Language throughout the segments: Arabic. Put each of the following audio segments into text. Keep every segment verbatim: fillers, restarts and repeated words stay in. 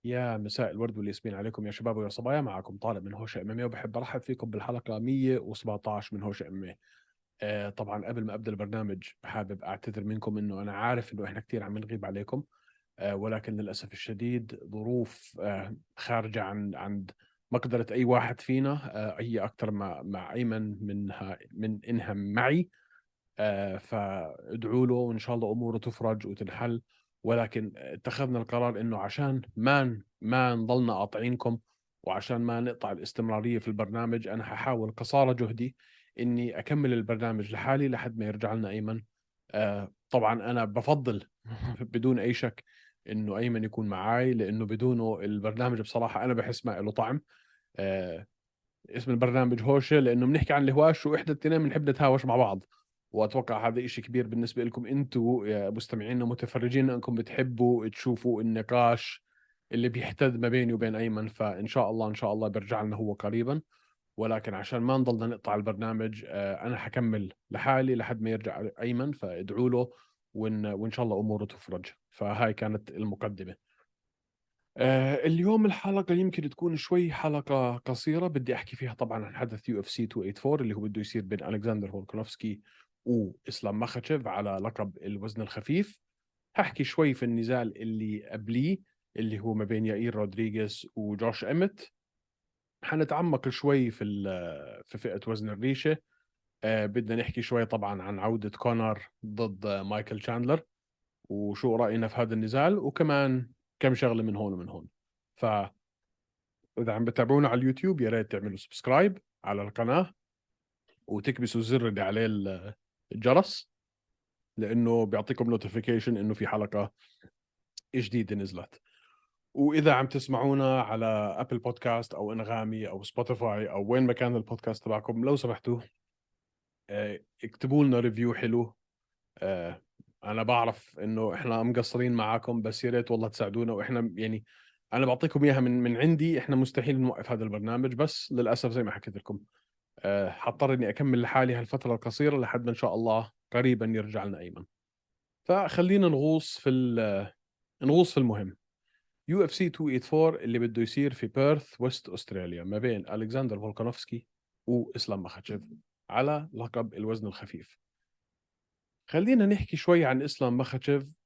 يا مساء الورد والياسمين عليكم يا شباب ويا صبايا. معكم طارق من هوش ام ام إيه، وبحب ارحب فيكم بالحلقه مية وسبعطعش من هوش ام ام إيه. آه طبعا قبل ما ابدا البرنامج حابب اعتذر منكم، انه انا عارف انه احنا كثير عم نغيب عليكم. آه ولكن للاسف الشديد ظروف آه خارجه عن عن مقدره اي واحد فينا. آه هي اكثر مع مع ايمن منها من انها معي. آه، فادعوا له وإن شاء الله أموره تفرج وتنحل. ولكن اتخذنا القرار إنه عشان ما ن- ما نضلنا قاطعينكم، وعشان ما نقطع الاستمرارية في البرنامج، أنا ححاول قصارى جهدي إني أكمل البرنامج لحالي لحد ما يرجع لنا أيمن. آه، طبعا أنا بفضل بدون أي شك إنه أيمن يكون معاي، لأنه بدونه البرنامج بصراحة أنا بحس ما له طعم. آه، اسم البرنامج هوشة لأنه بنحكي عن الهواش، وإحدى الاثنين بنحب نتهاوش مع بعض. وأتوقع هذا إشي كبير بالنسبة لكم أنتوا يا مستمعينا ومتفرجين، أنكم بتحبوا تشوفوا النقاش اللي بيحتد ما بيني وبين أيمن. فإن شاء الله إن شاء الله بيرجع لنا هو قريبا. ولكن عشان ما نضلنا نقطع البرنامج، آه، أنا حكمل لحالي لحد ما يرجع أيمن، فادعوا له وإن, وإن شاء الله أموره تفرج. فهاي كانت المقدمة. آه، اليوم الحلقة يمكن تكون شوي حلقة قصيرة، بدي أحكي فيها طبعا عن حدث يو اف سي مئتين وثمانية وثمانين اللي هو بده يصير بين ألكسندر فولكانوفسكي وإسلام مخاتشيف على لقب الوزن الخفيف. هحكي شوي في النزال اللي قبليه، اللي هو ما بين يائير رودريغيز وجوش إيمت. حنتعمق شوي في ال- في فئة وزن الريشة. آه، بدنا نحكي شوي طبعا عن عودة كونر ضد مايكل تشاندلر، وشو رأينا في هذا النزال، وكمان كم شغلة من هون ومن هون. ف إذا عم بتابعونا على اليوتيوب يا ريت تعملوا سبسكرايب على القناة، وتكبسوا الزر اللي عليه ال- الجرس، لأنه بيعطيكم نوتيفيكيشن إنه في حلقة جديدة نزلت. وإذا عم تسمعونا على أبل بودكاست أو أنغامي أو سبوتيفاي أو وين ما كان البودكاست تبعكم، لو سمحتوا آه، اكتبوا لنا ريفيو حلو. آه، أنا بعرف إنه إحنا مقصرين معاكم، بس يا ريت والله تساعدونا. وإحنا يعني أنا بعطيكم إياها من من عندي. إحنا مستحيل نوقف هذا البرنامج، بس للأسف زي ما حكيت لكم آه، حضطر اني اكمل لحالي هالفتره القصيره لحد ما ان شاء الله قريبا يرجع لنا ايمن. فخلينا نغوص في ال- نغوص في المهم. يو اف سي مئتين وثمانية وثمانين اللي بده يصير في بيرث ويست استراليا ما بين الكسندر فولكانوفسكي واسلام مخاتشيف على لقب الوزن الخفيف. خلينا نحكي شوي عن اسلام مخاتشيف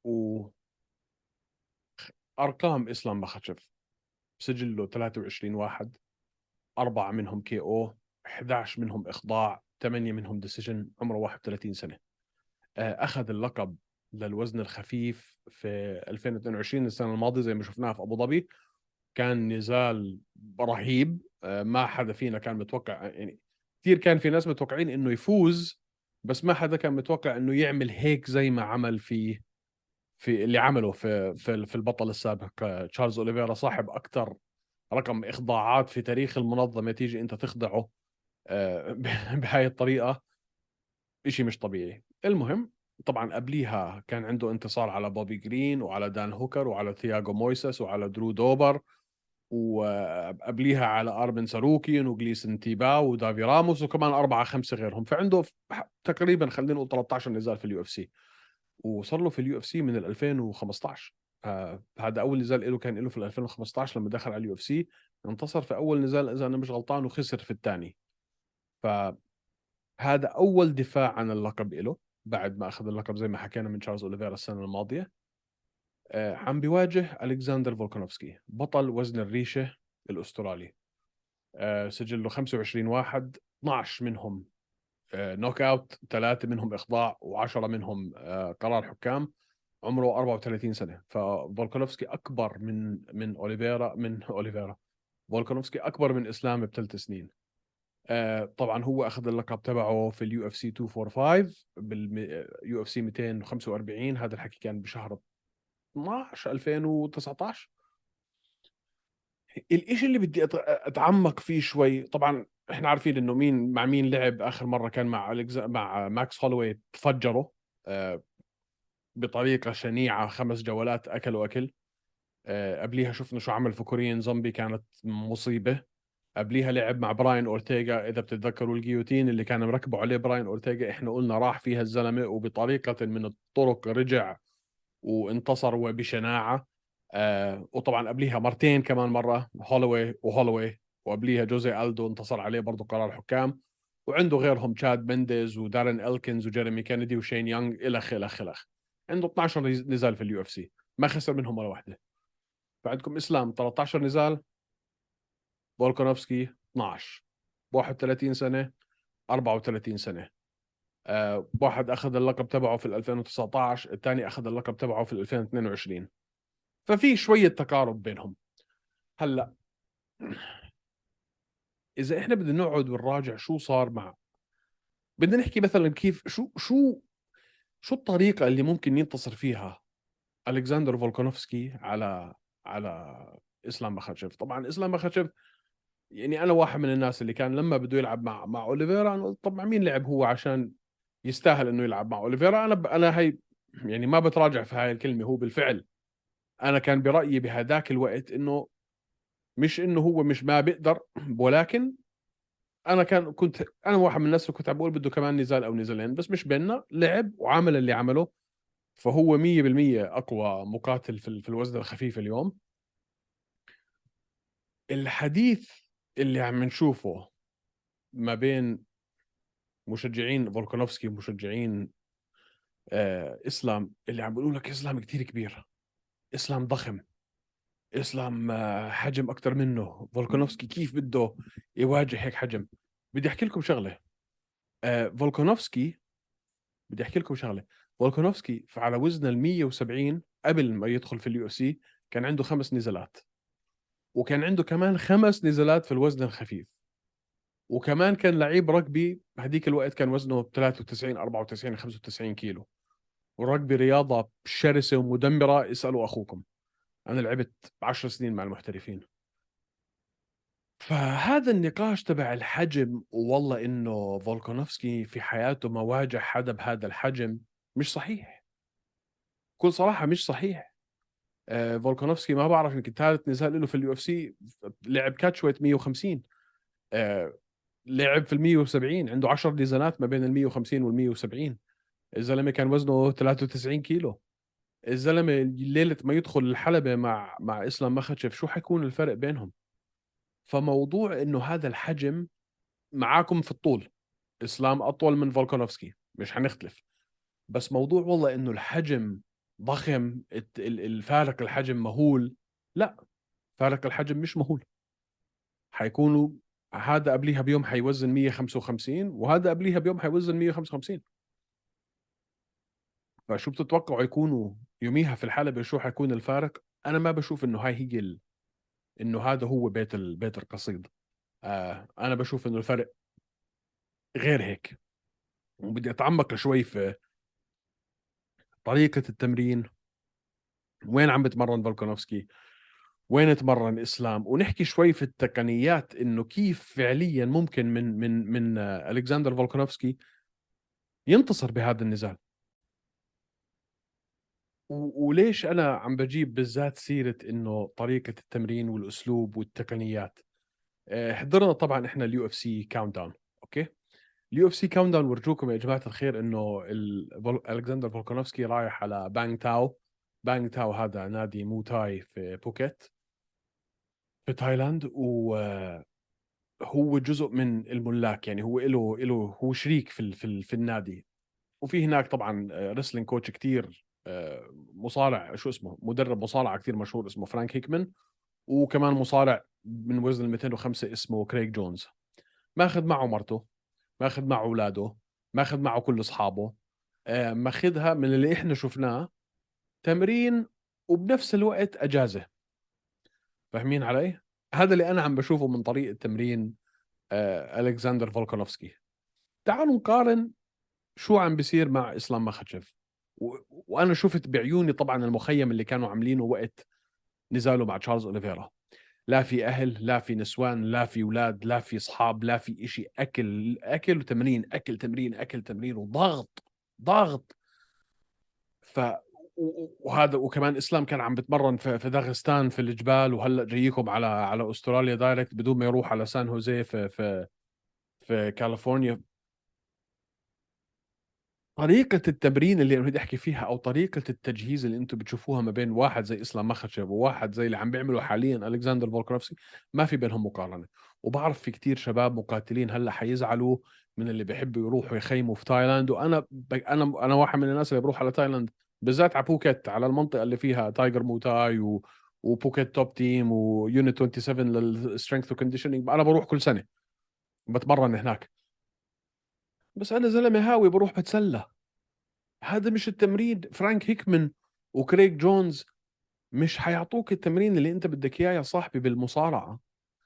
وارقام اسلام مخاتشيف. سجله ثلاثة وعشرين واحد، أربعة منهم كي أو، إحدى عشر منهم إخضاع، ثمانية منهم ديسيجن. عمره واحد وثلاثين سنة. آه، أخذ اللقب للوزن الخفيف في ألفين واثنين وعشرين السنة الماضية زي ما شفناها في أبو ظبي. كان نزال رهيب. آه، ما حدا فينا كان متوقع، يعني كثير كان في ناس متوقعين إنه يفوز، بس ما حدا كان متوقع إنه يعمل هيك زي ما عمل في في اللي عمله في في في البطل السابق. آه، تشارلز أوليفيرا صاحب أكثر رقم إخضاعات في تاريخ المنظمة، تيجي أنت تخضعه آه، بهاي الطريقة. إشي مش طبيعي. المهم، طبعا قبليها كان عنده انتصار على بوبي جرين وعلى دان هوكر وعلى ثياغو مويسس وعلى درو دوبر، وقبليها على أرمن ساروكين وجليسن تيباو ودافي راموس وكمان أربعة خمسة غيرهم. فعنده تقريبا خلينا نقول ثلاثة عشر نزال في اليو اف سي. وصار له في اليو اف سي من ألفين وخمسطعش. آه هذا اول نزال له كان له في ألفين وخمسطعش لما دخل على اليو اف سي. انتصر في اول نزال اذا انا مش غلطان، وخسر في الثاني. هذا أول دفاع عن اللقب له بعد ما أخذ اللقب زي ما حكينا من تشارلز أوليفيرا السنة الماضية. آه، عم بيواجه ألكسندر فولكانوفسكي بطل وزن الريشة الأسترالي. آه، سجله خمسة وعشرين واحد، اثنعش منهم آه، نوك أوت، ثلاثة منهم إخضاع، وعشرة منهم آه، قرار حكام. عمره أربعة وثلاثين سنة. ففولكانوفسكي أكبر من من أوليفيرا من أوليفيرا فولكانوفسكي أكبر من إسلام بثلاث سنين. آه، طبعا هو اخذ اللقب تبعه في اليو اف سي مئتين وخمسة وأربعين، باليو اف سي مئتين وخمسة وأربعين. هذا الحكي كان بشهر اثنعش ألفين وتسعطعش. الإشي اللي بدي أت- اتعمق فيه شوي، طبعا احنا عارفين انه مين مع مين لعب اخر مره. كان مع أليكز... مع ماكس هولوي، تفجره آه، بطريقه شنيعه. خمس جولات اكلوا اكل. آه، قبليها شفنا شو عمل في كوريين زومبي، كانت مصيبه. قبليها لعب مع براين اورتيغا، اذا بتتذكروا الجيوتين اللي كان مركبه عليه براين اورتيغا، احنا قلنا راح فيها الزلمه، وبطريقه من الطرق رجع وانتصر وبشناعه. آه وطبعا قبليها مرتين كمان مرة هولوي وهولوي، وقبليها جوزي ألدو انتصر عليه برضه قرار حكام، وعنده غيرهم تشاد مينديز ودارين إلكنز وجيريمي كينيدي وشين يونغ إلخ إلخ إلخ. عنده اثني عشر نزال في اليو اف سي، ما خسر منهم ولا واحدة. فعندكم إسلام ثلاثة عشر نزال، فولكانوفسكي اثني عشر، واحد وثلاثين سنة، أربعة وثلاثين سنة. آه واحد أخذ اللقب تبعه في ألفين وتسعة عشر، الثاني أخذ اللقب تبعه في ألفين واثنين وعشرين. ففي شوية تقارب بينهم. هلأ إذا إحنا بدنا نقعد ونراجع شو صار مع، بدنا نحكي مثلا كيف شو شو شو الطريقة اللي ممكن ينتصر فيها ألكسندر فولكانوفسكي على على إسلام مخاتشيف. طبعا إسلام مخاتشيف، يعني أنا واحد من الناس اللي كان لما بده يلعب مع مع أوليفيرا، أنا قلت طبعا مين لعب هو عشان يستاهل إنه يلعب مع أوليفيرا. أنا ب... أنا هي يعني ما بتراجع في هاي الكلمة، هو بالفعل أنا كان برأيي بهذاك الوقت إنه مش إنه هو مش ما بيقدر، ولكن انا كان كنت انا واحد من الناس اللي كنت عم بقول بده كمان نزال او نزالين، بس مش بيننا، لعب وعمل اللي عمله. فهو مية بالمية اقوى مقاتل في في الوزن الخفيف اليوم. الحديث اللي عم نشوفه ما بين مشجعين فولكانوفسكي ومشجعين آه اسلام، اللي عم بيقولوا لك اسلام كتير كبير، اسلام ضخم، اسلام آه حجم اكثر منه، فولكانوفسكي كيف بده يواجه هيك حجم. بدي احكي لكم شغله. آه فولكانوفسكي بدي احكي لكم شغله. فولكانوفسكي على وزن ال مية وسبعين قبل ما يدخل في اليو اف سي كان عنده خمس نزالات، وكان عنده كمان خمس نزالات في الوزن الخفيف، وكمان كان لعيب رugby. هذيك الوقت كان وزنه ثلاثة وتسعين أربعة وتسعين خمسة وتسعين كيلو. والرugby رياضة شرسة ومدمرة، اسألوا أخوكم، أنا لعبت عشر سنين مع المحترفين. فهذا النقاش تبع الحجم، والله إنه فولكانوفسكي في حياته ما واجه حدا بهذا الحجم، مش صحيح. بكل صراحة مش صحيح. آه فولكانوفسكي ما بعرف، يمكن ثالث نزال له في اليو اف سي، لعب كاتش ويت مية وخمسين. آه لعب في ال مية وسبعين، عنده عشر نزالات ما بين ال مية وخمسين وال مية وسبعين. الزلمه كان وزنه ثلاثة وتسعين كيلو. الزلمه ليله ما يدخل الحلبه مع مع اسلام مخاتشيف شو حيكون الفرق بينهم. فموضوع انه هذا الحجم، معاكم في الطول اسلام اطول من فولكانوفسكي، مش حنختلف. بس موضوع والله انه الحجم ضخم، الت- ال- الفارق الحجم مهول، لا، فارق الحجم مش مهول. حيكونوا هذا قبليها بيوم حيوزن مية وخمسة وخمسين، وهذا قبليها بيوم حيوزن مية وخمسة وخمسين. فشو بتتوقعوا يكونوا يوميها في الحلبة؟ شو حيكون الفارق؟ انا ما بشوف انه هاي هي ال... انه هذا هو بيت ال... بيت القصيد. آه انا بشوف انه الفرق غير هيك. وبدي اتعمق شوي في طريقة التمرين، وين عم بتمرن فولكانوفسكي، وين تمرن اسلام، ونحكي شوي في التقنيات، انه كيف فعليا ممكن من من من آه، الكسندر فولكانوفسكي ينتصر بهذا النزال. و- وليش انا عم بجيب بالذات سيرة انه طريقة التمرين والاسلوب والتقنيات. آه، حضرنا طبعا احنا اليو اف سي كاونت داون. اوكي، اليو اف سي كاونت داون ورجوكم يا جماعة الخير انه ال- فول- الكسندر فولكانوفسكي رايح على بانغ تاو. بانغ تاو هذا نادي موتاي في بوكيت في تايلاند، و هو جزء من الملاك، يعني هو له له هو شريك في ال- في ال- في النادي. وفي هناك طبعا رسلينج كوتش كتير، آه، مصارع شو اسمه، مدرب مصارعة كتير مشهور اسمه فرانك هيكمان. وكمان مصارع من وزن ال مئتين وخمسة اسمه كريغ جونز. ماخذ معه مرته، ماخذ معه اولاده، ماخذ معه كل اصحابه. آه، ماخذها من اللي احنا شفناه تمرين، وبنفس الوقت اجازة. فاهمين علي؟ هذا اللي انا عم بشوفه من طريقة تمرين آه، الكسندر فولكانوفسكي. تعالوا نقارن شو عم بيصير مع اسلام مخاتشيف. و... وانا شفت بعيوني طبعا المخيم اللي كانوا عاملينه وقت نزاله مع تشارلز اوليفيرا. لا في اهل، لا في نسوان، لا في اولاد، لا في اصحاب، لا في إشي، اكل اكل وتمرين، اكل تمرين اكل تمرين وضغط ضغط. ف و- وهذا، وكمان اسلام كان عم بتمرن في في داغستان في الجبال، وهلا جايكم على على استراليا دايركت بدون ما يروح على سان هوزي في في في كاليفورنيا. طريقة التمرين اللي أنا بدي أحكي فيها أو طريقة التجهيز اللي أنتم بتشوفوها ما بين واحد زي إسلام مخشب وواحد زي اللي عم بيعمله حاليًا ألكسندر فولكانوفسكي، ما في بينهم مقارنة. وباعرف في كتير شباب مقاتلين هلأ حيزعلوا من اللي بيحبوا يروحوا يخيموا في تايلاند، وأنا ب أنا أنا واحد من الناس اللي بيروح على تايلاند، بالذات على بوكيت، على المنطقة اللي فيها تايجر موتاي و وبوكيت توب تيم وunit سبعة وعشرين للstrength وconditioning. أنا باروح كل سنة باتمرن هناك. بس أنا زلمة هاوي باروح باتسلى. هذا مش التمرين. فرانك هيكمان وكريج جونز مش حيعطوك التمرين اللي انت بدك اياه يا صاحبي بالمصارعة.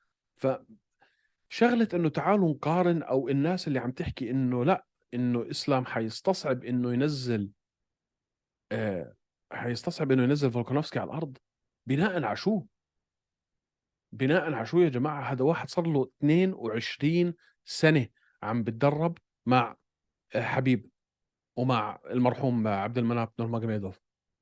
فشغلة انه تعالوا نقارن، او الناس اللي عم تحكي انه لا، انه اسلام حيستصعب انه ينزل آه حيستصعب انه ينزل فولكانوفسكي على الارض، بناء على شو؟ بناء على شو يا جماعة؟ هذا واحد صار له اثنين وعشرين سنة عم بتدرب مع آه، حبيب، ومع المرحوم عبد المناف نورماجوميدوف.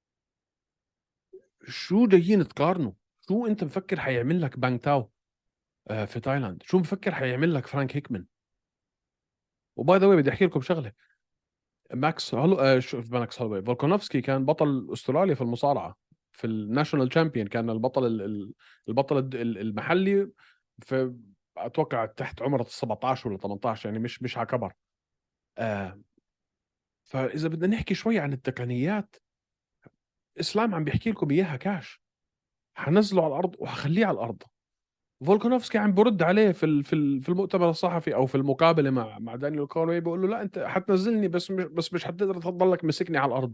شو جايين تقارنوا؟ شو انت مفكر حيعمل لك بانج تاو آه، في تايلاند؟ شو مفكر حيعمل لك فرانك هيكمان؟ وباي ذا واي بدي احكي لكم شغله. ماكس هولو آه شو ماكس هولوي فولكانوفسكي كان بطل استراليا في المصارعه، في الناشونال تشامبيون، كان البطل ال- ال- البطل الد- ال- المحلي في، اتوقع تحت عمر سبعطعش ولا ثمانطعش، يعني مش مش على كبر. آه فاذا بدنا نحكي شوي عن التقنيات، اسلام عم بيحكي لكم اياها كاش. حنزله على الارض وحخليه على الارض. فولكانوفسكي عم برد عليه في ال- في ال- في المؤتمر الصحفي او في المقابله مع مع دانيال كوروي، بيقول له لا انت حتنزلني بس مش بس مش حتقدر تضلك مسكني على الارض.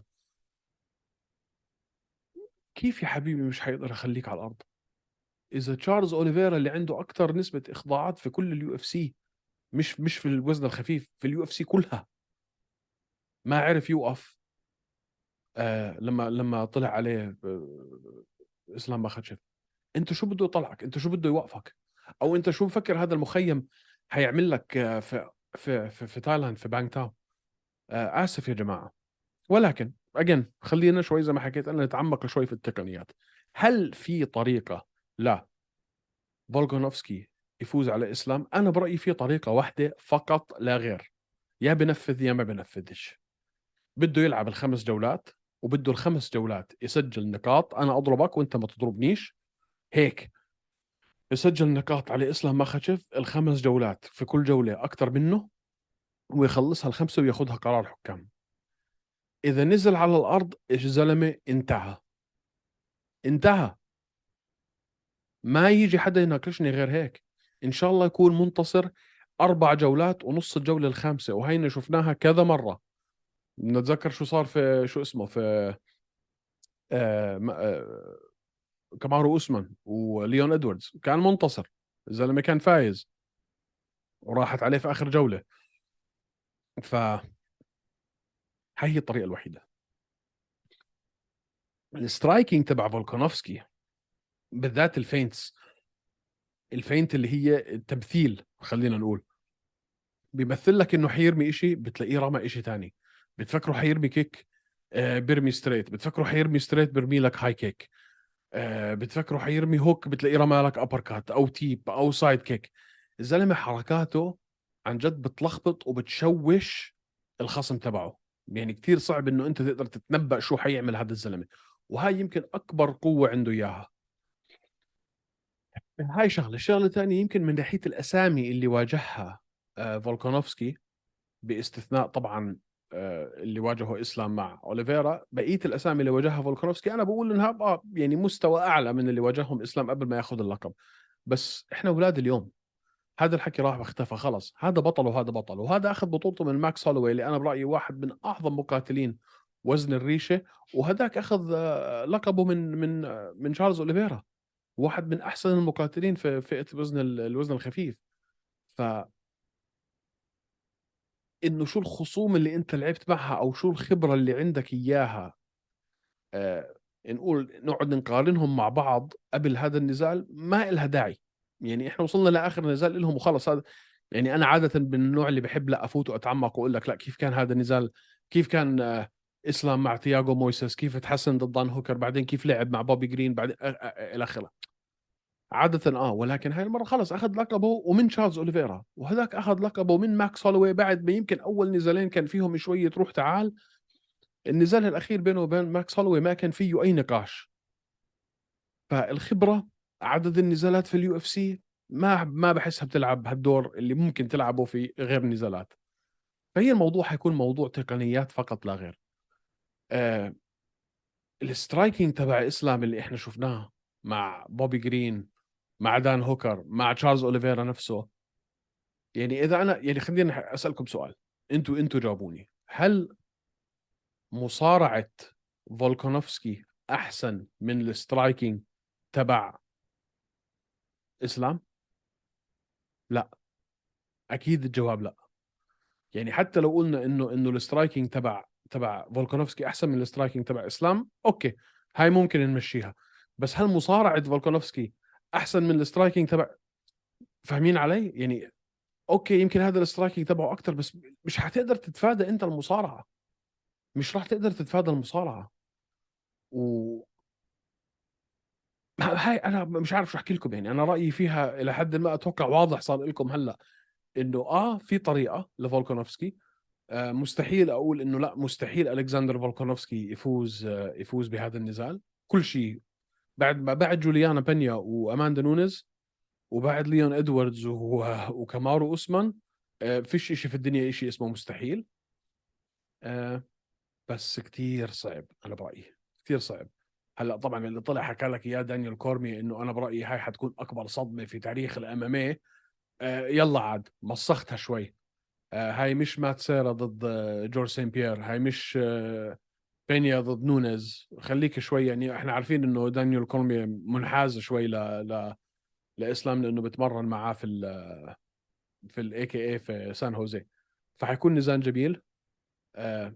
كيف يا حبيبي مش حيقدر يخليك على الارض؟ اذا تشارلز اوليفيرا اللي عنده اكثر نسبه اخضاعات في كل اليو اف سي، مش مش في الوزن الخفيف، في اليو اف سي كلها، ما عرف يوقف آه لما لما طلع عليه آه اسلام مخاتشف، انت شو بده يطلعك؟ انت شو بده يوقفك؟ او انت شو مفكر هذا المخيم حيعمل لك آه، في في في, في تايلاند في بانج تاو؟ آه آسف يا جماعة. ولكن أجن خلينا شوي زي ما حكيت أنا نتعمق شوي في التقنيات. هل في طريقة لا فولكانوفسكي يفوز على إسلام؟ أنا برأيي في طريقة واحدة فقط لا غير، يا بنفذ يا ما بنفذش. بده يلعب الخمس جولات، وبده الخمس جولات يسجل نقاط، أنا أضربك وأنت ما تضربنيش، هيك. يسجل نقاط على إسلام مخشف الخمس جولات، في كل جولة أكثر منه، ويخلصها الخمسة وياخذها قرار حكام. إذا نزل على الأرض إيش زلمة انتهى، انتهى. ما يجي حدا يناقشني غير هيك. إن شاء الله يكون منتصر أربع جولات ونص الجولة الخامسة، وهينا شفناها كذا مرة. نتذكر شو صار في شو اسمه في آه م- آه كامارو أوسمان وليون إدواردز، كان منتصر، الزلمة كان فايز وراحت عليه في آخر جولة. فهي هي الطريقة الوحيدة. السترايكينج تبع فولكانوفسكي، بالذات الفينتس، الفينت اللي هي التمثيل خلينا نقول، بيمثل لك انه حيرمي إشي بتلاقيه رمى إشي تاني. بتفكروا حيرمي كيك آه بيرمي ستريت، بتفكروا حيرمي ستريت برمي لك هاي كيك. آه بتفكروا حيرمي هوك بتلاقيه رمى لك ابر كات او تيب او سايد كيك. الزلمه حركاته عن جد بتلخبط وبتشوش الخصم تبعه. يعني كثير صعب انه انت تقدر تتنبأ شو حيعمل هذا الزلمه، وهاي يمكن اكبر قوه عنده اياها. هاي شغله. الشغله الثانيه يمكن من ناحيه الاسامي اللي واجهها آه فولكانوفسكي، باستثناء طبعا آه، اللي واجهه اسلام مع اوليفيرا، بقيه الاسامي اللي واجهها فولكانوفسكي انا بقول انها بقى يعني مستوى اعلى من اللي واجههم اسلام قبل ما ياخذ اللقب. بس احنا اولاد اليوم، هذا الحكي راح واختفى خلص. هذا بطل وهذا بطل، وهذا اخذ بطولته من ماكس هولوي اللي انا برايي واحد من اعظم مقاتلين وزن الريشه، وهذاك اخذ آه، لقبه من من آه، من تشارلز اوليفيرا، واحد من احسن المقاتلين في فئه وزن الوزن الخفيف. ف انه شو الخصوم اللي انت لعبت معها او شو الخبره اللي عندك اياها، آه نقول نقعد نقارنهم مع بعض قبل هذا النزال، ما إلها داعي. يعني احنا وصلنا لاخر نزال لهم وخلص. هذا يعني انا عاده من النوع اللي بحب لا افوت واتعمق واقول لك لا كيف كان هذا النزال، كيف كان آه اسلام مع تياغو مويسيس، كيف تحسن ضد دان هوكر، بعدين كيف لعب مع بوبي جرين، بعدين آه آه الى اخره. عادة اه، ولكن هاي المرة خلص اخذ لقبه ومن تشارلز اوليفيرا، وهذاك اخذ لقبه من ماكس هولوي بعد ما يمكن اول نزالين كان فيهم شوية روح تعال. النزال الاخير بينه وبين ماكس هولوي ما كان فيه اي نقاش. فالخبرة، عدد النزالات في اليو اف سي، ما ما بحسها بتلعب هالدور اللي ممكن تلعبه في غير نزالات. فهي الموضوع حيكون موضوع تقنيات فقط لا غير. آه السترايكينج تبع اسلام اللي احنا شفناه مع بوبي جرين، مع دان هوكر، مع تشارلز اوليفيرا نفسه. يعني اذا انا يعني خليني اسالكم سؤال، انتوا انتوا جاوبوني. هل مصارعة فولكانوفسكي احسن من السترايكينج تبع اسلام؟ لا، اكيد الجواب لا. يعني حتى لو قلنا انه انه السترايكينج تبع تبع فولكانوفسكي احسن من السترايكينج تبع اسلام، اوكي، هاي ممكن نمشيها. بس هل مصارعة فولكانوفسكي احسن من السترايكينج تبع؟ فاهمين علي يعني؟ اوكي، يمكن هذا السترايكينج تبعه اكثر، بس مش حتقدر تتفادى انت المصارعة. مش راح تقدر تتفادى المصارعة. و هاي انا مش عارف شو احكي لكم. يعني انا رايي فيها الى حد ما اتوقع واضح صار لكم هلا، انه اه في طريقه لفولكانوفسكي. آه مستحيل اقول انه لا، مستحيل الكسندر فولكانوفسكي يفوز آه يفوز بهذا النزال. كل شيء بعد ما بعد جوليانا بينيا واماندا نونيز وبعد ليون ادواردز و... وكامارو اوسمان، آه فيش شيء في الدنيا شيء اسمه مستحيل. آه بس كتير صعب انا برايي، كثير صعب. هلا طبعا اللي طلع حكى لك اياه دانيال كورمي انه انا برايي هاي حتكون اكبر صدمه في تاريخ الام ام اي. آه يلا عاد مسختها شوي. آه هاي مش مات سيرا ضد آه جورج سين بيير، هاي مش آه بينيا ضد نونيز. خليك شوي، يعني احنا عارفين انه دانيال كورمي منحاز شوي ل... ل... لاسلام لانه بتمرن معاه في ال... في الاي كي اي في سان هوزي. فحيكون نزال جميل. آه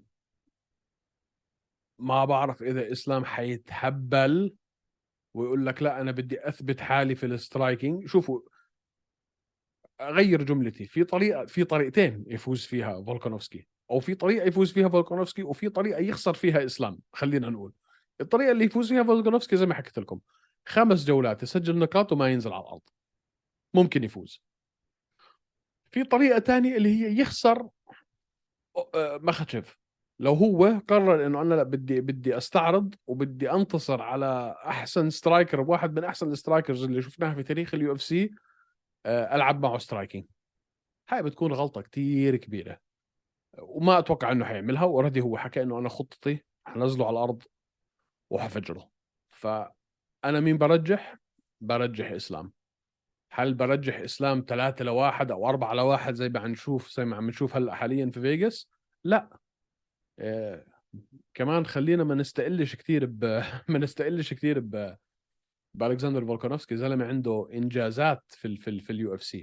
ما بعرف اذا اسلام حيتهبل ويقول لك لا انا بدي اثبت حالي في السترايكينج. شوفوا، اغير جملتي، في طريقه، في طريقتين يفوز فيها فولكانوفسكي، او في طريقه يفوز فيها فولكانوفسكي وفي طريقه يخسر فيها اسلام. خلينا نقول الطريقه اللي يفوز فيها فولكانوفسكي زي ما حكيت لكم، خمس جولات يسجل نقاط وما ينزل على الارض، ممكن يفوز. في طريقه تانية اللي هي يخسر آه، مخاتشيف. لو هو قرر انه انا لا، بدي بدي استعرض وبدي انتصر على احسن سترايكر، واحد من احسن السترايكرز اللي شفناها في تاريخ اليو اف سي، آه، العب معه سترايكينج. هاي بتكون غلطه كتير كبيره، وما اتوقع انه حيعملها. واوريدي هو حكى انه انا خطتي حنزله على الارض وحفجره. فانا مين برجح؟ برجح اسلام. هل برجح اسلام ثلاثة لواحد او أربعة لواحد زي ما عم نشوف زي ما عم نشوف هلا حاليا في فيغاس؟ لا. آه كمان خلينا ما نستقلش كثير ب ما نستقلش كثير ب بالكسندر فولكانوفسكي. زلمه عنده انجازات في ال... في ال... في اليو اف سي.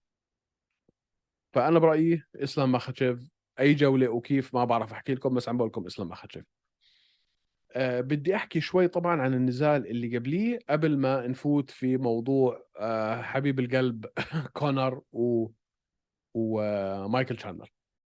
فانا برايي اسلام ماخاتشيف. اي جوله وكيف ما بعرف احكي لكم، بس عم بقول لكم اسلام ماخاتشيف. أه بدي احكي شوي طبعا عن النزال اللي قبليه قبل ما نفوت في موضوع أه حبيب القلب كونر و ومايكل تشاندلر.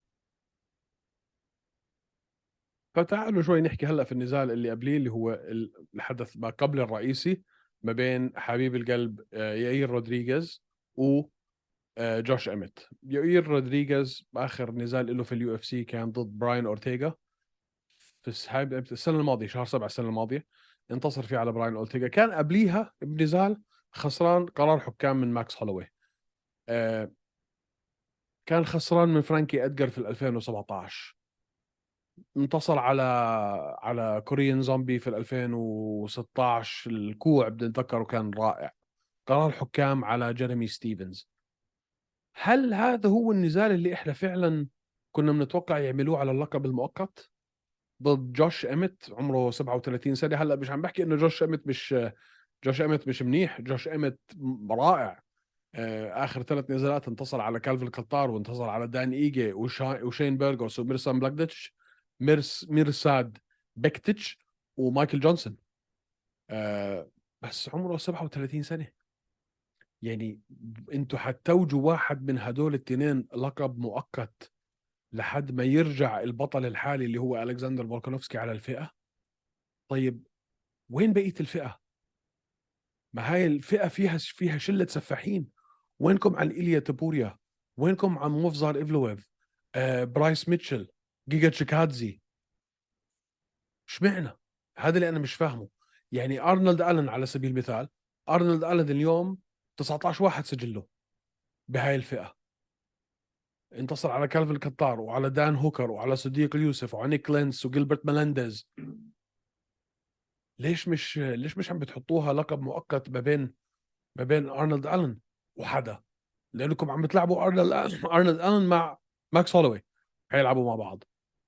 فتعالوا شوي نحكي هلا في النزال اللي قبليه، اللي هو الحدث ما قبل الرئيسي ما بين حبيب القلب أه يائير رودريغيز و أه جوش إيميت. يائير رودريغيز اخر نزال له في اليو اف سي كان ضد براين اورتيغا في السحاب السنه الماضيه، شهر سبعة السنه الماضيه. انتصر فيه على براين اورتيغا. كان قبليها بنزال خسران قرار حكام من ماكس هولوي. آه كان خسران من فرانكي ادجر في ألفين وسبعطعش. انتصر على على كوريين زومبي في ألفين وستطعش. الكوع بدي اتذكره كان رائع. قرار حكام على جيريمي ستيفنز. هل هذا هو النزال اللي احنا فعلا كنا بنتوقع يعملوه على اللقب المؤقت ضد جوش إيميت عمره سبعة وثلاثين سنة؟ هلا مش عم بحكي انه جوش إيميت مش جوش إيميت مش منيح. جوش إيميت رائع. آه، اخر ثلاث نزالات انتصر على كالفين كلتار، وانتصر على دان ايجي وشا... وشين بيرغوس وميرسان بلاكديتش، ميرس ميرساد بكتيتش ومايكل جونسون. آه، بس عمره سبعة وثلاثين سنة. يعني انتوا حتوجوا واحد من هدول الاثنين لقب مؤقت لحد ما يرجع البطل الحالي اللي هو الكسندر فولكانوفسكي على الفئة؟ طيب وين بقية الفئة؟ ما هاي الفئة فيها فيها شلة سفاحين. وينكم عن إيليا تابوريا؟ وينكم عن موفزار إيفلويف؟ آه برايس ميتشل؟ جيجا تشيكادزي؟ اشمعنى؟ هذا اللي أنا مش فاهمه. يعني أرنولد ألن على سبيل المثال، أرنولد ألن اليوم تسعة عشر واحد سجله بهاي الفئة، انتصر على كالفين كتار وعلى دان هوكر وعلى صديق اليوسف وعلى نيك لينس وجيلبرت ميلانديز. ليش مش ليش مش عم بتحطوها لقب مؤقت ما بين ما بين ارنولد الن وحدا؟ لانكم عم بتلعبوا ارنولد ارنولد الن مع ماكس هولوي، حيلعبوا مع بعض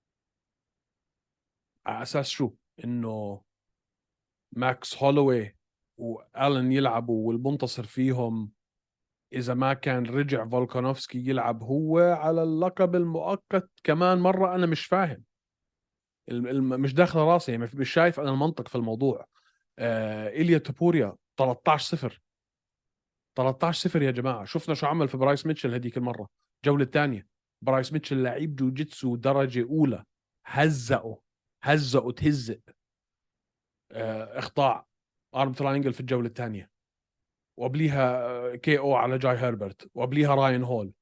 على اساس شو؟ انه ماكس هولوي والن يلعبوا والمنتصر فيهم اذا ما كان رجع فولكانوفسكي يلعب هو على اللقب المؤقت كمان مره. انا مش فاهم، الم- الم- مش داخل راسي، يعني مش شايف انا المنطق في الموضوع. آه إيليا توبوريا ثلاثة عشر صفر، ثلاثة عشر صفر يا جماعه. شفنا شو عمل في برايس ميتشل هذيك المره، الجوله الثانيه. برايس ميتشل لعيب جوجيتسو درجه اولى، هزقه هزقه تهزق. آه اخضاع ارم تراينجل في الجوله الثانيه، وقبليها كي او على جاي هيربرت، وقبليها راين هول.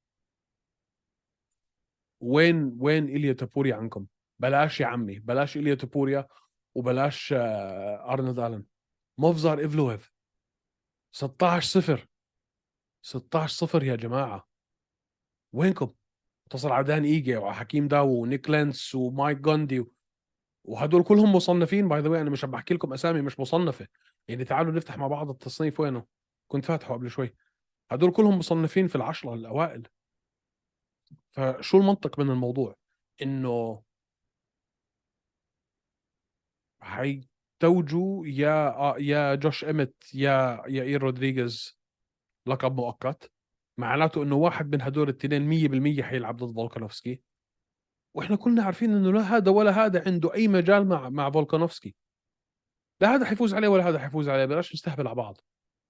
وين وين إيليا توبوريا عنكم؟ بلاش يا عمي، بلاش إيليا توبوريا، وبلاش آه ارنولد الن. موفزار ايفلويف ستة عشر صفر، ستة عشر صفر يا جماعة. وينكم؟ اتصل على دان ايجي وحكيم داو ونيك لينس ومايك جوندي، وهدول كلهم مصنفين باي ذا واي. انا مش عم بحكي لكم اسامي مش مصنفة، يعني تعالوا نفتح مع بعض التصنيف. وينه؟ كنت فاتحه قبل شوي. هدول كلهم مصنفين في العشرة الاوائل. فشو المنطق من الموضوع؟ انه حيتوجوا يا آه، يا جوش ايمت يا يائير رودريغيز لقب مؤقت، معناته انه واحد من هدول الاثنين مية بالمية حيلعب ضد فولكانوفسكي. واحنا كلنا عارفين انه لا هذا ولا هذا عنده اي مجال مع مع فولكانوفسكي. لا هذا حيفوز عليه ولا هذا حيفوز عليه، بلاش نستهبل على بعض.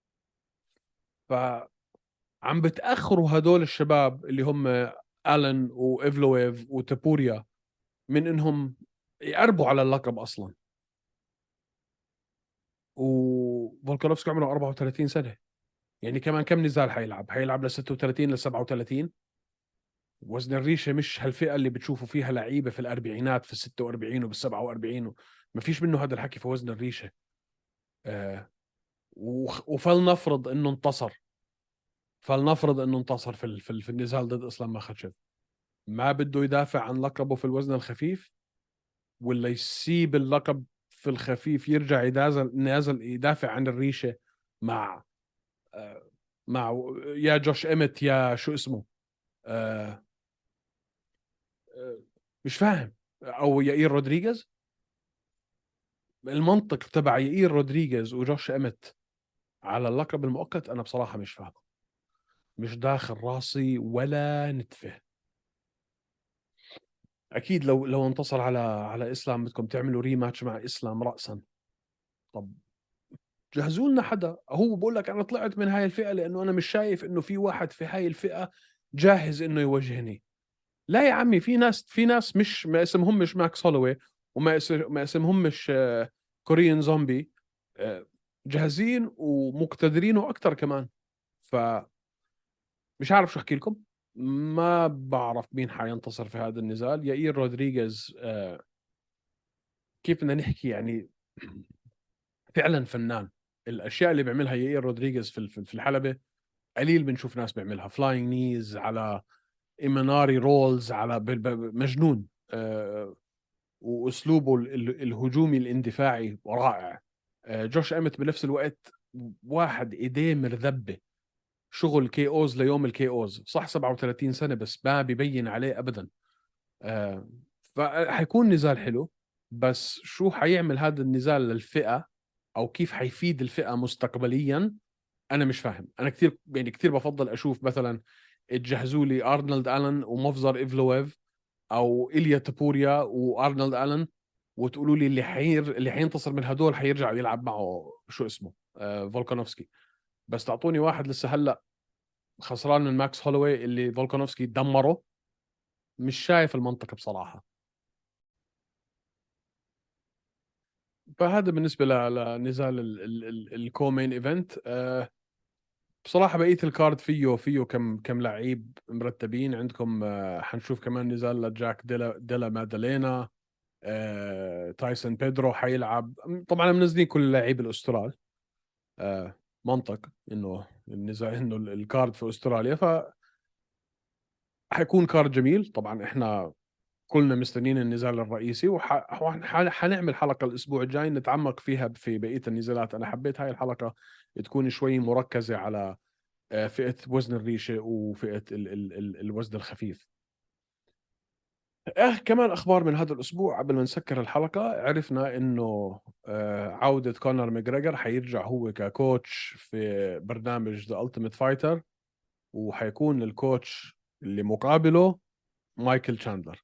فعم بتاخروا هدول الشباب اللي هم الن وايفلويف وتابوريا من انهم يقربوا على اللقب اصلا. وفولكانوفسكي عمره أربعة وثلاثين سنه، يعني كمان كم نزال حيلعب؟ حيلعب ل ستة وثلاثين ل سبعة وثلاثين. وزن الريشه مش هالفئه اللي بتشوفوا فيها لعيبه في الاربعينات، في ال ستة وأربعين وبال سبعة وأربعين. ما فيش منه هذا الحكي في وزن الريشه. آه وخ- وفلنفرض انه انتصر، فلنفرض انه انتصر في ال- في ال- في النزال ضد اسلام مخاتشف، ما بده يدافع عن لقبه في الوزن الخفيف؟ ولا يسيب اللقب في الخفيف يرجع ينازل نازل يدافع عن الريشه مع آه مع يا جوش ايمت يا شو اسمه؟ آه آه مش فاهم. او يائير رودريغيز. المنطق تبع يائير رودريغيز وجوش ايمت على اللقب المؤقت انا بصراحه مش فاهم، مش داخل راسي ولا نتفه. اكيد لو لو انتصر على على اسلام بدكم تعملوا ريماتش مع اسلام راسا. طب جهزوا لنا حدا. هو بقول لك انا طلعت من هاي الفئه لانه انا مش شايف انه في واحد في هاي الفئه جاهز انه يواجهني. لا يا عمي، في ناس في ناس مش ما اسمهم مش ماكس هولوي، وما اس- ما اسمهم مش آه، كوريين زومبي، آه، جاهزين ومقتدرين واكثر كمان. فمش عارف شو احكي لكم. ما بعرف مين حينتصر في هذا النزال. يائير رودريغيز آه، كيف بدنا نحكي يعني، فعلا فنان. الاشياء اللي بيعملها يائير رودريغيز في في في الحلبه قليل بنشوف ناس بيعملها. فلاينج نيز على ايماناري رولز على ب- ب- مجنون. آه، واسلوبه ال- ال- الهجومي الاندفاعي رائع. آه، جوش امت بنفس الوقت واحد ايديه مرذبه، شغل كي اوز ليوم الكي اوز. صح سبعة وثلاثين سنه بس ما بيبين عليه ابدا. آه، فحيكون نزال حلو. بس شو حيعمل هذا النزال للفئة او كيف حيفيد الفئة مستقبليا؟ انا مش فاهم. انا كثير يعني كثير بفضل اشوف مثلا تجهزوا لي ارنولد الن ومفزر ايفلويف، او إيليا تابوريا وارنولد الن، وتقولوا لي اللي حير اللي حينتصر من هدول حيرجع يلعب معه شو اسمه آه فولكانوفسكي. بس تعطوني واحد لسه هلا خسران من ماكس هولوي اللي فولكانوفسكي دمره. مش شايف المنطق بصراحة. فهذا بالنسبه ل- لنزال الكومين ايفنت. أه بصراحه بقيه الكارد فيه فيه كم كم لعيب مرتبين عندكم. أه حنشوف كمان نزال لجاك ديلا ديلا مادالينا. أه تايسون بيدرو حيلعب. طبعا منزلين كل اللاعبين الاسترال. أه منطق انه النزال انه الكارد في استراليا، ف حيكون كارد جميل. طبعا احنا كلنا مستنيين النزال الرئيسي، وحنعمل حلقة الأسبوع الجاي نتعمق فيها في بقية النزالات. أنا حبيت هاي الحلقة تكون شوي مركزة على آه، فئة وزن الريشة وفئة ال ال ال الوزن الخفيف. آه كمان أخبار من هذا الأسبوع قبل ما نسكر الحلقة. عرفنا إنه آه عودة كونر ماجريجر حيرجع هو ككوتش في برنامج ذا ألتيميت فايتر، وحيكون الكوتش اللي مقابله مايكل تشاندلر.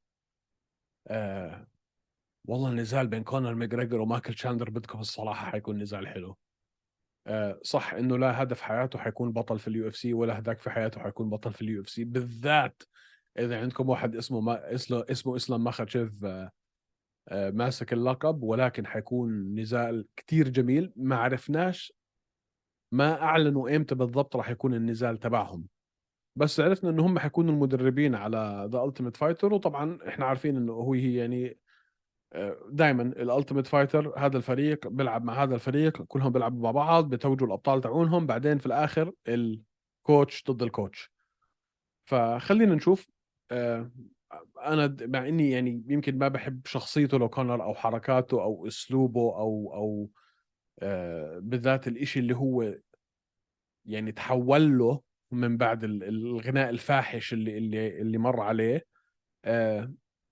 آه والله النزال بين كونر ماجريجر ومايكل تشاندلر بدكم الصراحة حيكون نزال حلو. آه صح انه لا هدف حياته حيكون بطل في اليو اف سي، ولا هداك في حياته حيكون بطل في اليو اف سي، بالذات اذا عندكم واحد اسمه ما اسمه اسمه اسلام ماخاتشيف آه آه ماسك اللقب. ولكن حيكون نزال كتير جميل. ما عرفناش، ما اعلنوا امتى بالضبط راح يكون النزال تبعهم، بس عرفنا انه هم حيكونوا المدربين على ذا التيميت فايتر. وطبعا احنا عارفين انه هو هي يعني دائما الالتيميت فايتر هذا الفريق بيلعب مع هذا الفريق، كلهم بيلعبوا مع بعض، بتوجوا الابطال تاعونهم، بعدين في الاخر الكوتش ضد الكوتش. فخلينا نشوف. آه، انا د- مع اني يعني يمكن ما بحب شخصيته لو كونر او حركاته او اسلوبه او او آه، بالذات الاشي اللي هو يعني تحول له من بعد ال- الغناء الفاحش اللي اللي اللي مر عليه. آه،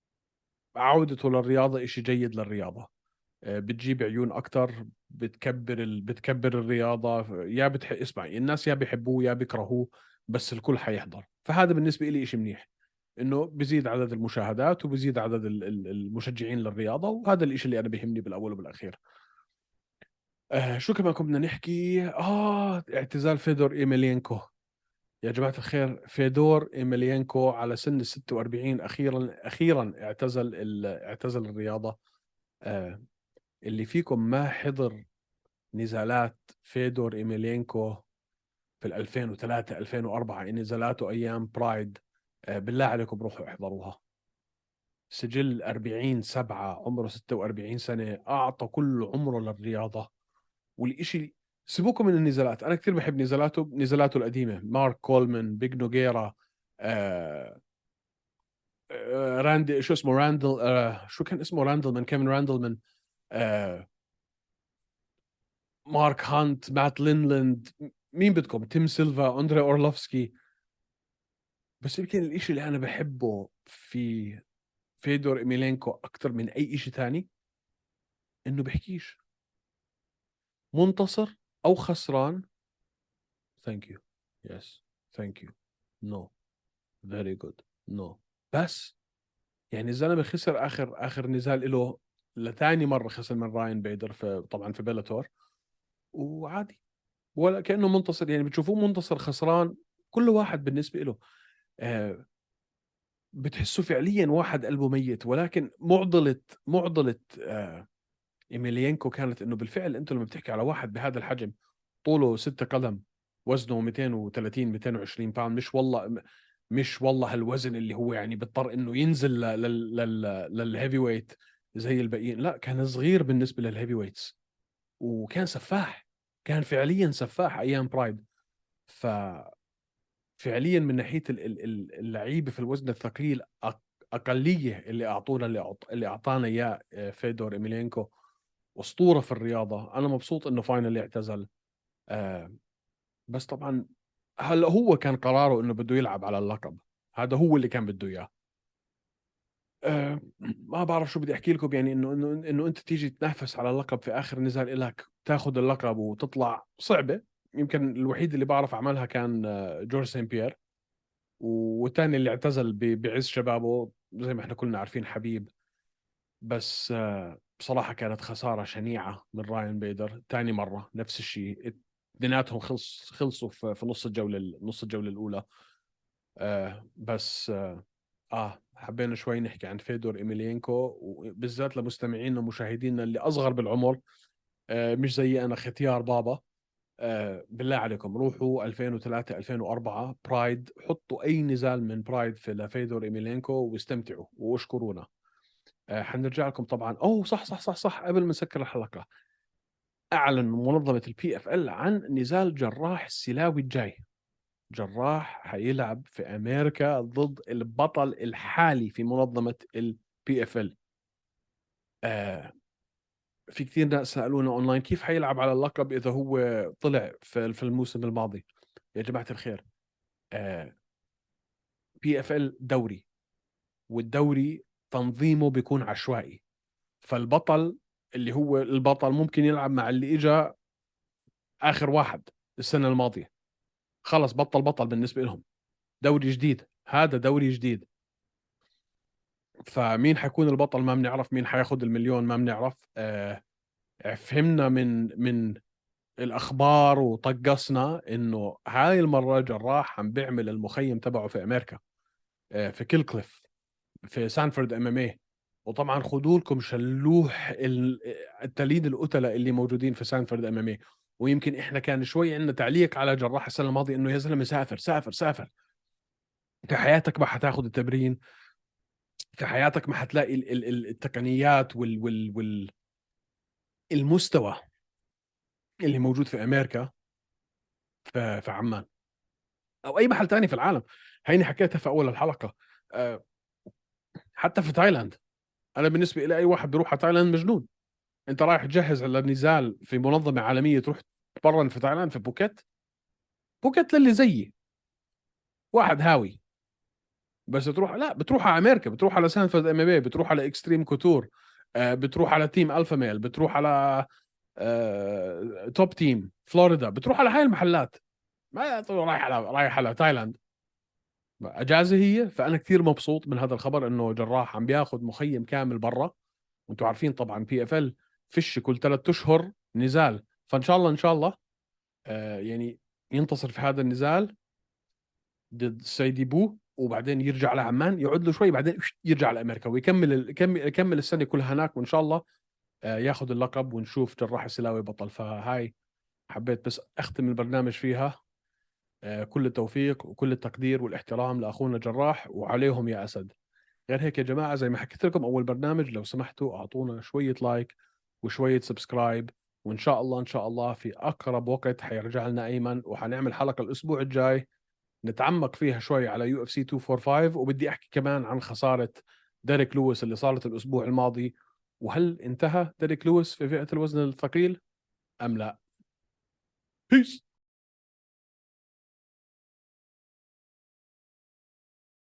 عودته للرياضة إشي جيد للرياضة. آه، بتجيب عيون اكتر، بتكبر ال... بتكبر الرياضه. يا بتح... اسمع، الناس يا بيحبوه يا بيكرهوه، بس الكل حيحضر. فهذا بالنسبه لي شيء منيح، انه بزيد عدد المشاهدات وبزيد عدد ال- ال- المشجعين للرياضه، وهذا الشيء اللي انا بيهمني بالاول وبالاخير. آه شو كمان كنا نحكي؟ اه اعتزال فيدور ايميلينكو. يا جماعه الخير، فيدور ايميلينكو على سن ال ستة وأربعين اخيرا اخيرا اعتزل ال... اعتزل الرياضه. آه اللي فيكم ما حضر نزالات فيدور إيميلينكو في ال ألفين وثلاثة ألفين وأربعة، نزالاته أيام برايد، آه، بالله عليكم روحوا احضروها. سجل أربعين سبعة، عمره ستة وأربعين سنة، أعطى كل عمره للرياضة. والإشي سيبوكم من النزالات، أنا كثير بحب نزالاته نزالاته القديمة، مارك كولمان، بيج نوغيرا، آه آه راندي شو اسمه راندل آه شو كان اسمه راندل من كيفن راندل من آه مارك هانت، مات لينلاند، مين بدكم، تيم سيلفا، أندري أورلوفسكي. بس يمكن الإشي اللي أنا بحبه في فيدور إيميلينكو أكتر من أي إشي تاني إنه بحكيش منتصر أو خسران. ثانك يو، يس، ثانك يو، نو، فيري جود، نو. بس يعني الزلمة خسر آخر آخر نزال له لثاني مرة، خسر من راين بيدر في طبعا في بيلاتور، وعادي ولا كأنه منتصر. يعني بتشوفوه منتصر خسران كل واحد بالنسبة له آه بتحسه فعليا واحد قلبه ميت. ولكن معضلة معضلة آه إيميلينكو كانت إنه بالفعل أنت لما بتحكي على واحد بهذا الحجم، طوله ستة قدم، وزنه مئتين وثلاثين مئتين وعشرين باوند، مش والله مش والله هالوزن اللي هو يعني بيضطر إنه ينزل لل لل للهيفي ويت زي الباقيين. لا، كان صغير بالنسبة للهيفي ويتس، وكان سفاح، كان فعليا سفاح أيام برايد. ف فعليا من ناحيه ال- ال- ال- اللعيبه في الوزن الثقيل أق- اقليه اللي اعطونا اللي أعط- اللي اعطانا اياه آه، فيدور ايميلينكو، اسطوره في الرياضه. انا مبسوط انه فاينل اعتزل. آه، بس طبعا هلا هو كان قراره انه بده يلعب على اللقب، هذا هو اللي كان بده اياه. آه، ما بعرف شو بدي احكي لكم. يعني انه انه انه انت تيجي تنافس على اللقب في اخر نزال لك، تاخذ اللقب وتطلع صعبه. يمكن الوحيد اللي بعرف عملها كان آه، جورج سين بيير، والتاني اللي اعتزل ب- بعز شبابه زي ما احنا كلنا عارفين حبيب. بس آه، بصراحة كانت خسارة شنيعة من راين بيدر. تاني مرة نفس الشيء، اثنيناتهم خلص خلصوا في في نص الجولة نص الجولة الأولى. آه، بس آه، اه حبينا شوي نحكي عن فيدور إيميلينكو، وبالذات لمستمعينا ومشاهدينا اللي أصغر بالعمر، آه مش زي أنا ختيار بابا. آه بالله عليكم روحوا ألفين وثلاثة ألفين وأربعة برايد، حطوا أي نزال من برايد في لفيدور إيميلينكو واستمتعوا واشكرونا. آه حنرجع لكم طبعا. أوه صح صح صح صح، قبل ما نسكر الحلقة، أعلن منظمة البي اف ال عن نزال جراح السلاوي الجاي. جراح حيلعب في أمريكا ضد البطل الحالي في منظمة البي اف ال. آه في كثير ناس سألونا أونلاين كيف حيلعب على اللقب إذا هو طلع في في الموسم الماضي. يا جماعة الخير، آه بي اف ال دوري، والدوري تنظيمه بيكون عشوائي، فالبطل اللي هو البطل ممكن يلعب مع اللي إجا آخر واحد السنة الماضية، خلص بطل بطل بالنسبة لهم. دوري جديد، هذا دوري جديد، فمين حيكون البطل ما بنعرف، مين حياخد المليون ما بنعرف. آه فهمنا من من الأخبار وطقسنا إنه هاي المرة جراح عم بيعمل المخيم تبعه في أمريكا، آه في كيل كليف في سانفورد ام ام اي. وطبعا خذوا لكم شلوح ال- التليد القتلة اللي موجودين في سانفورد ام ام اي. ويمكن احنا كان شوي عندنا تعليق على جراح السنة الماضية انه يا زلمة سافر سافر سافر. في حياتك ما حتاخذ التمرين، في حياتك ما حتلاقي ال- ال- ال- التقنيات وال وال وال المستوى اللي موجود في امريكا، في في عمان او اي محل تاني في العالم. هيني حكيتها في اول الحلقه. أه حتى في تايلاند، انا بالنسبه لي اي واحد بيروح على تايلاند مجنون. انت رايح تجهز على نزال في منظمه عالميه، تروح تتمرن في تايلاند في بوكيت؟ بوكيت للي زيي، واحد هاوي. بس تروح، لا بتروح على امريكا، بتروح على سانفورد ام ام اي، بتروح على اكستريم كوتور، أه بتروح على تيم الفا ميل، بتروح على أه توب تيم فلوريدا، بتروح على هاي المحلات. ما رايح على رايح على تايلاند اجازه هي. فانا كثير مبسوط من هذا الخبر انه جراح عم بياخذ مخيم كامل برا. وانتم عارفين طبعا بي اف ال فيش كل ثلاث اشهر نزال، فان شاء الله ان شاء الله آه يعني ينتصر في هذا النزال ضد سيدي بو، وبعدين يرجع لعمان يقعد له شوي، بعدين يرجع لامريكا ويكمل ال- يكمل يكمل السنه كلها هناك، وان شاء الله آه ياخذ اللقب ونشوف جراح السلاوي بطل. فهاي حبيت بس اختم البرنامج فيها. آه كل التوفيق وكل التقدير والاحترام لاخونا جراح، وعليهم يا اسد. غير هيك يا جماعة، زي ما حكيت لكم أول برنامج، لو سمحتوا أعطونا شوية لايك وشوية سبسكرايب. وإن شاء الله إن شاء الله في أقرب وقت حيرجع لنا أيمن، وحنعمل حلقة الأسبوع الجاي نتعمق فيها شوي على يو اف سي مئتين وخمسة وخمسين. وبدي أحكي كمان عن خسارة ديريك لويس اللي صارت الأسبوع الماضي، وهل انتهى ديريك لويس في فئة الوزن الثقيل أم لا. بيس.